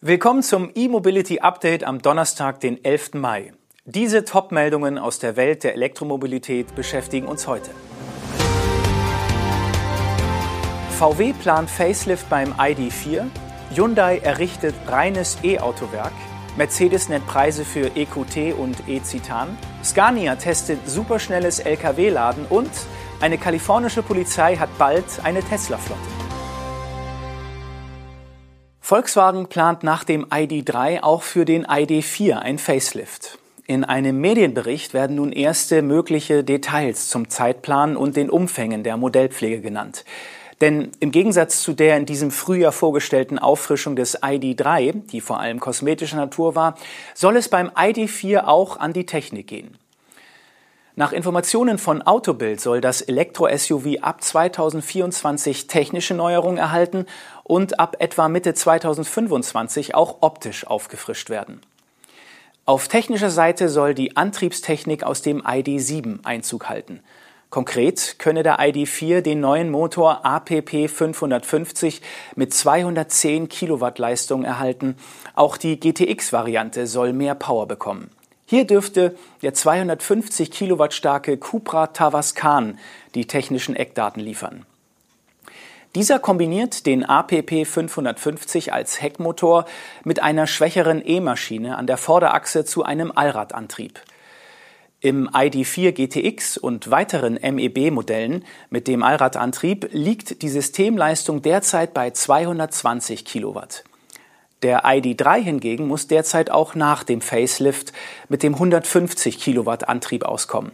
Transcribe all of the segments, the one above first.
Willkommen zum E-Mobility Update am Donnerstag, den 11. Mai. Diese Top-Meldungen aus der Welt der Elektromobilität beschäftigen uns heute. VW plant Facelift beim ID.4, Hyundai errichtet reines E-Autowerk, Mercedes nennt Preise für EQT und E-Citan, Scania testet superschnelles Lkw-Laden und eine kalifornische Polizei hat bald eine Tesla-Flotte. Volkswagen plant nach dem ID.3 auch für den ID.4 ein Facelift. In einem Medienbericht werden nun erste mögliche Details zum Zeitplan und den Umfängen der Modellpflege genannt. Denn im Gegensatz zu der in diesem Frühjahr vorgestellten Auffrischung des ID.3, die vor allem kosmetischer Natur war, soll es beim ID.4 auch an die Technik gehen. Nach Informationen von Autobild soll das Elektro-SUV ab 2024 technische Neuerungen erhalten und ab etwa Mitte 2025 auch optisch aufgefrischt werden. Auf technischer Seite soll die Antriebstechnik aus dem ID.7 Einzug halten. Konkret könne der ID.4 den neuen Motor APP 550 mit 210 Kilowatt Leistung erhalten. Auch die GTX-Variante soll mehr Power bekommen. Hier dürfte der 250 Kilowatt starke Cupra Tavascan die technischen Eckdaten liefern. Dieser kombiniert den APP 550 als Heckmotor mit einer schwächeren E-Maschine an der Vorderachse zu einem Allradantrieb. Im ID.4 GTX und weiteren MEB-Modellen mit dem Allradantrieb liegt die Systemleistung derzeit bei 220 Kilowatt. Der ID.3 hingegen muss derzeit auch nach dem Facelift mit dem 150 Kilowatt Antrieb auskommen.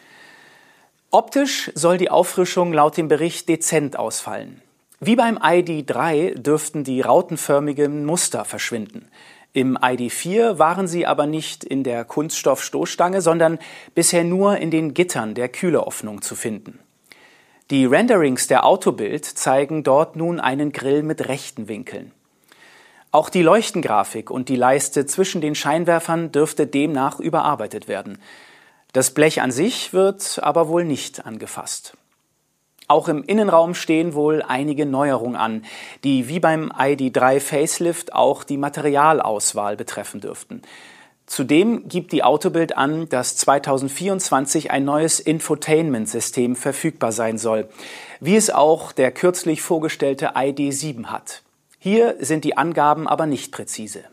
Optisch soll die Auffrischung laut dem Bericht dezent ausfallen. Wie beim ID.3 dürften die rautenförmigen Muster verschwinden. Im ID.4 waren sie aber nicht in der Kunststoffstoßstange, sondern bisher nur in den Gittern der Kühleröffnung zu finden. Die Renderings der Autobild zeigen dort nun einen Grill mit rechten Winkeln. Auch die Leuchtengrafik und die Leiste zwischen den Scheinwerfern dürfte demnach überarbeitet werden. Das Blech an sich wird aber wohl nicht angefasst. Auch im Innenraum stehen wohl einige Neuerungen an, die wie beim ID.3 Facelift auch die Materialauswahl betreffen dürften. Zudem gibt die Autobild an, dass 2024 ein neues Infotainment-System verfügbar sein soll, wie es auch der kürzlich vorgestellte ID.7 hat. Hier sind die Angaben aber nicht präzise.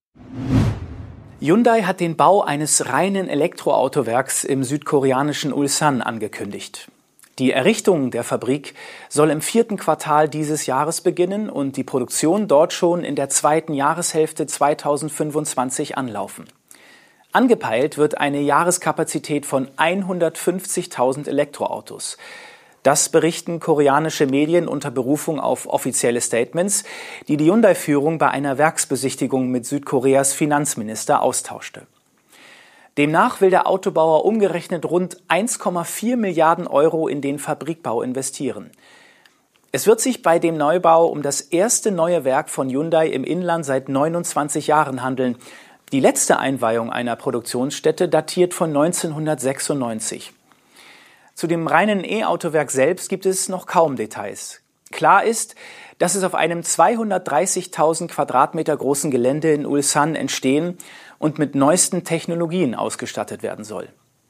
Hyundai hat den Bau eines reinen Elektroautowerks im südkoreanischen Ulsan angekündigt. Die Errichtung der Fabrik soll im 4. Quartal dieses Jahres beginnen und die Produktion dort schon in der 2. Jahreshälfte 2025 anlaufen. Angepeilt wird eine Jahreskapazität von 150.000 Elektroautos. Das berichten koreanische Medien unter Berufung auf offizielle Statements, die die Hyundai-Führung bei einer Werksbesichtigung mit Südkoreas Finanzminister austauschte. Demnach will der Autobauer umgerechnet rund 1,4 Milliarden Euro in den Fabrikbau investieren. Es wird sich bei dem Neubau um das erste neue Werk von Hyundai im Inland seit 29 Jahren handeln. Die letzte Einweihung einer Produktionsstätte datiert von 1996. Zu dem reinen E-Autowerk selbst gibt es noch kaum Details. Klar ist, dass es auf einem 230.000 Quadratmeter großen Gelände in Ulsan entstehen und mit neuesten Technologien ausgestattet werden soll.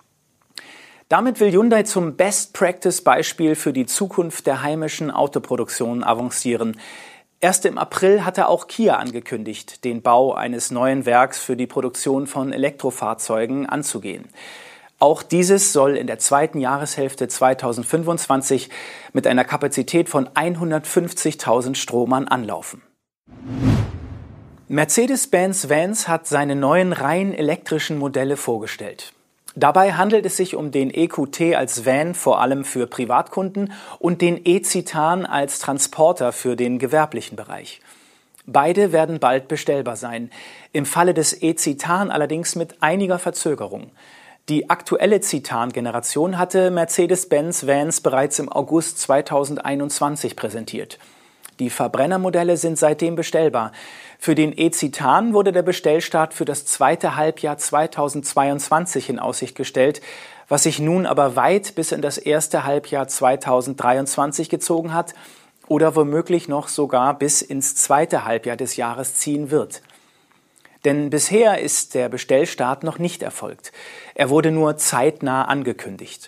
Damit will Hyundai zum Best-Practice-Beispiel für die Zukunft der heimischen Autoproduktion avancieren. Erst im April hatte auch Kia angekündigt, den Bau eines neuen Werks für die Produktion von Elektrofahrzeugen anzugehen. Auch dieses soll in der 2. Jahreshälfte 2025 mit einer Kapazität von 150.000 Stromern anlaufen. Mercedes-Benz Vans hat seine neuen rein elektrischen Modelle vorgestellt. Dabei handelt es sich um den EQT als Van vor allem für Privatkunden und den E-Citan als Transporter für den gewerblichen Bereich. Beide werden bald bestellbar sein, im Falle des E-Citan allerdings mit einiger Verzögerung. Die aktuelle Citan-Generation hatte Mercedes-Benz Vans bereits im August 2021 präsentiert. Die Verbrennermodelle sind seitdem bestellbar. Für den E-Citan wurde der Bestellstart für das zweite Halbjahr 2022 in Aussicht gestellt, was sich nun aber weit bis in das erste Halbjahr 2023 gezogen hat oder womöglich noch sogar bis ins zweite Halbjahr des Jahres ziehen wird. Denn bisher ist der Bestellstart noch nicht erfolgt. Er wurde nur zeitnah angekündigt.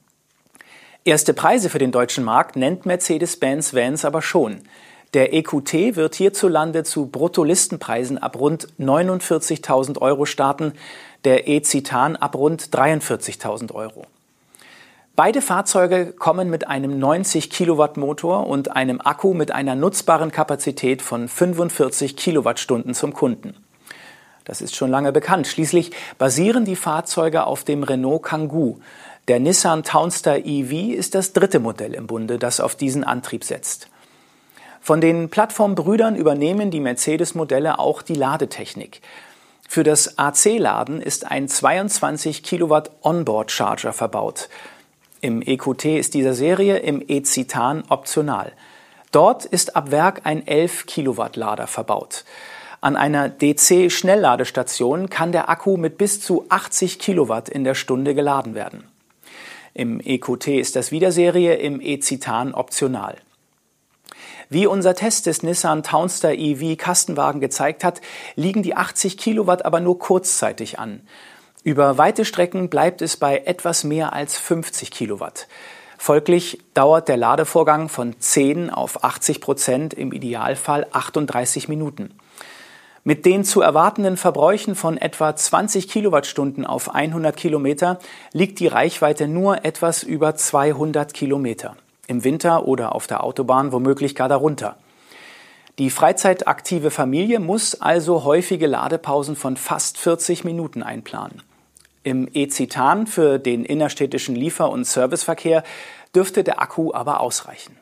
Erste Preise für den deutschen Markt nennt Mercedes-Benz Vans aber schon. Der EQT wird hierzulande zu Bruttolistenpreisen ab rund 49.000 Euro starten, der E-Citan ab rund 43.000 Euro. Beide Fahrzeuge kommen mit einem 90 Kilowatt Motor und einem Akku mit einer nutzbaren Kapazität von 45 Kilowattstunden zum Kunden. Das ist schon lange bekannt. Schließlich basieren die Fahrzeuge auf dem Renault Kangoo. Der Nissan Townstar EV ist das dritte Modell im Bunde, das auf diesen Antrieb setzt. Von den Plattformbrüdern übernehmen die Mercedes-Modelle auch die Ladetechnik. Für das AC-Laden ist ein 22 Kilowatt Onboard-Charger verbaut. Im EQT ist dieser Serie, im E-Citan optional. Dort ist ab Werk ein 11 Kilowatt Lader verbaut. An einer DC-Schnellladestation kann der Akku mit bis zu 80 Kilowatt in der Stunde geladen werden. Im EQT ist das wieder Serie, im E-Citan optional. Wie unser Test des Nissan Townstar EV Kastenwagen gezeigt hat, liegen die 80 Kilowatt aber nur kurzzeitig an. Über weite Strecken bleibt es bei etwas mehr als 50 Kilowatt. Folglich dauert der Ladevorgang von 10 auf 80% im Idealfall 38 Minuten. Mit den zu erwartenden Verbräuchen von etwa 20 Kilowattstunden auf 100 Kilometer liegt die Reichweite nur etwas über 200 Kilometer. Im Winter oder auf der Autobahn womöglich gar darunter. Die freizeitaktive Familie muss also häufige Ladepausen von fast 40 Minuten einplanen. Im E-Citan für den innerstädtischen Liefer- und Serviceverkehr dürfte der Akku aber ausreichen.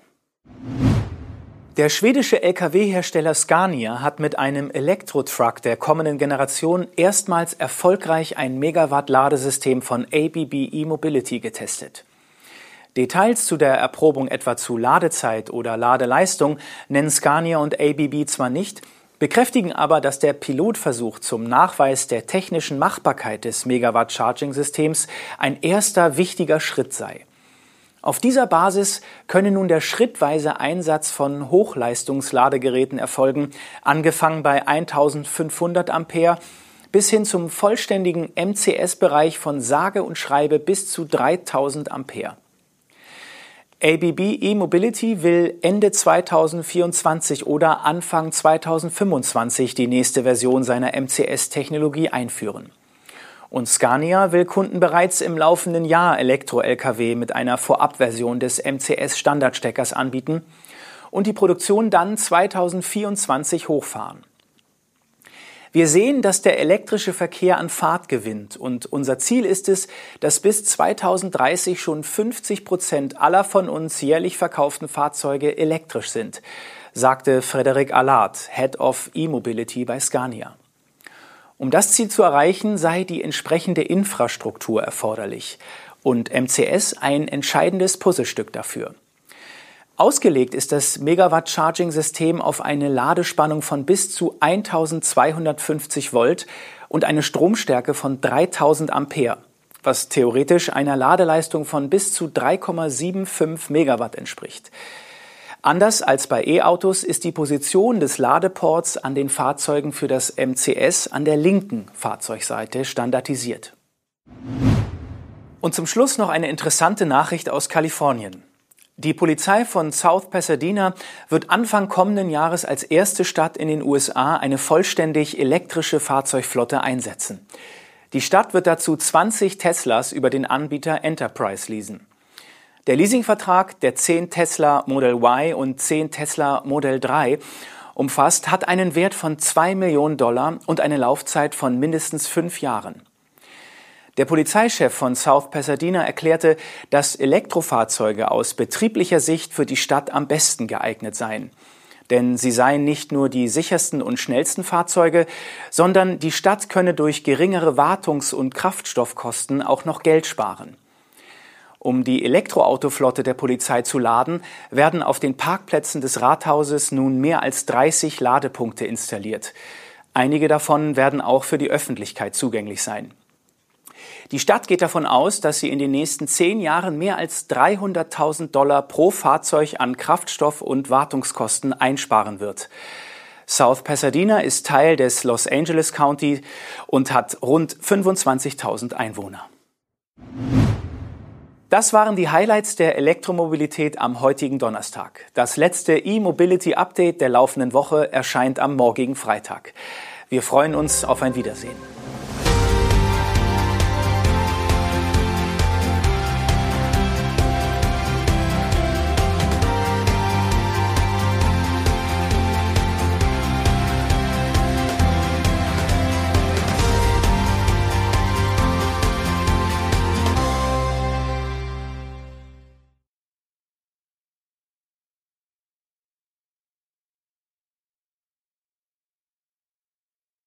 Der schwedische Lkw-Hersteller Scania hat mit einem Elektro-Truck der kommenden Generation erstmals erfolgreich ein Megawatt-Ladesystem von ABB E-Mobility getestet. Details zu der Erprobung etwa zu Ladezeit oder Ladeleistung nennen Scania und ABB zwar nicht, bekräftigen aber, dass der Pilotversuch zum Nachweis der technischen Machbarkeit des Megawatt-Charging-Systems ein erster wichtiger Schritt sei. Auf dieser Basis könne nun der schrittweise Einsatz von Hochleistungsladegeräten erfolgen, angefangen bei 1500 Ampere bis hin zum vollständigen MCS-Bereich von sage und schreibe bis zu 3000 Ampere. ABB E-Mobility will Ende 2024 oder Anfang 2025 die nächste Version seiner MCS-Technologie einführen. Und Scania will Kunden bereits im laufenden Jahr Elektro-Lkw mit einer Vorabversion des MCS-Standardsteckers anbieten und die Produktion dann 2024 hochfahren. Wir sehen, dass der elektrische Verkehr an Fahrt gewinnt und unser Ziel ist es, dass bis 2030 schon 50% aller von uns jährlich verkauften Fahrzeuge elektrisch sind, sagte Frédéric Allard, Head of E-Mobility bei Scania. Um das Ziel zu erreichen, sei die entsprechende Infrastruktur erforderlich und MCS ein entscheidendes Puzzlestück dafür. Ausgelegt ist das Megawatt-Charging-System auf eine Ladespannung von bis zu 1250 Volt und eine Stromstärke von 3000 Ampere, was theoretisch einer Ladeleistung von bis zu 3,75 Megawatt entspricht. Anders als bei E-Autos ist die Position des Ladeports an den Fahrzeugen für das MCS an der linken Fahrzeugseite standardisiert. Und zum Schluss noch eine interessante Nachricht aus Kalifornien. Die Polizei von South Pasadena wird Anfang kommenden Jahres als erste Stadt in den USA eine vollständig elektrische Fahrzeugflotte einsetzen. Die Stadt wird dazu 20 Teslas über den Anbieter Enterprise leasen. Der Leasingvertrag der 10 Tesla Model Y und 10 Tesla Model 3 umfasst, hat einen Wert von $2 Millionen und eine Laufzeit von mindestens 5 Jahren. Der Polizeichef von South Pasadena erklärte, dass Elektrofahrzeuge aus betrieblicher Sicht für die Stadt am besten geeignet seien. Denn sie seien nicht nur die sichersten und schnellsten Fahrzeuge, sondern die Stadt könne durch geringere Wartungs- und Kraftstoffkosten auch noch Geld sparen. Um die Elektroautoflotte der Polizei zu laden, werden auf den Parkplätzen des Rathauses nun mehr als 30 Ladepunkte installiert. Einige davon werden auch für die Öffentlichkeit zugänglich sein. Die Stadt geht davon aus, dass sie in den nächsten 10 Jahren mehr als $300.000 pro Fahrzeug an Kraftstoff- und Wartungskosten einsparen wird. South Pasadena ist Teil des Los Angeles County und hat rund 25.000 Einwohner. Das waren die Highlights der Elektromobilität am heutigen Donnerstag. Das letzte E-Mobility-Update der laufenden Woche erscheint am morgigen Freitag. Wir freuen uns auf ein Wiedersehen.